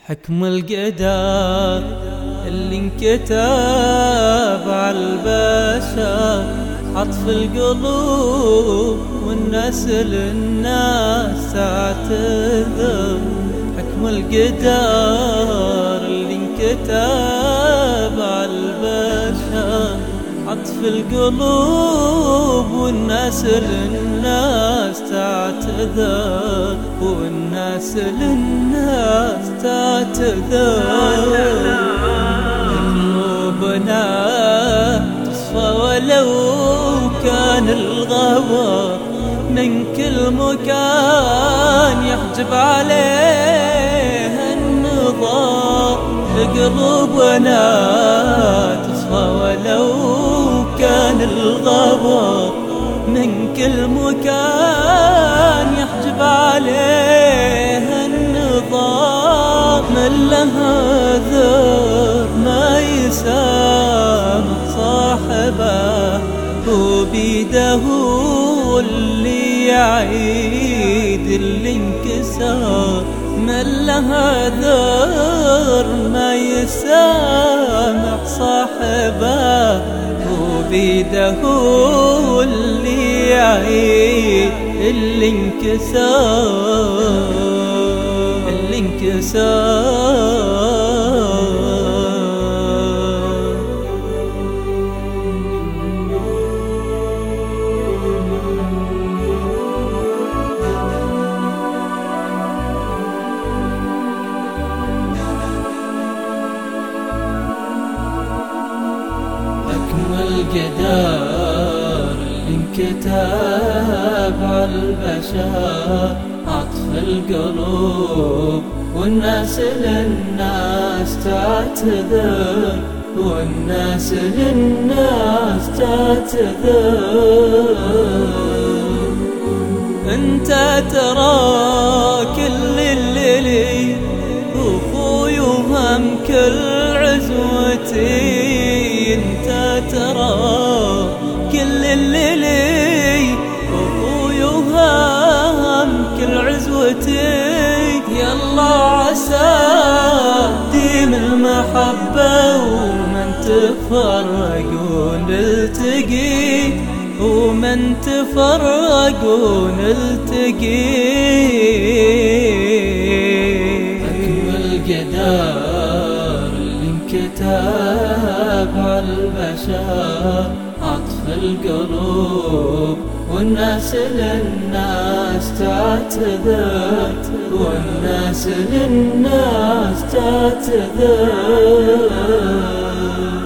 حكم القدر اللي انكتب عالبشر عطف القلوب والناس للناس تعتذر. حكم القدر اللي انكتب عالبشر عطف القلوب والناس للناس تعتذر، والناس للناس تعتذر. قلوبنا تصفى ولو كان الغبار من كل مكان يحجب عليه النظر. قلوبنا تصفى ولو كان الغبار من كل مكان يحجب عليه النظر. من لها ذر ما يسامح صاحبه وبيده اللي يعيد اللي انكسر. من لها ذر ما يسامح صاحبه وبيده اللي يعيد اللي انكسر اللي انكسر. القدر اللي انكتب عالبشر عطف القلوب والناس للناس تعتذر، والناس للناس تعتذر. انت ترى كل الليل وخوي وهم كل عزوتي. انت ترى كل الليل وخوي وهم كل عزوتي. يلا عسى ديم المحبة ومن تفرق ونلتقي، ومن تفرق ونلتقي. حكم القدر اللي انكتب عالبشر عطف القلوب والناس للناس تعتذر، والناس للناس تعتذر.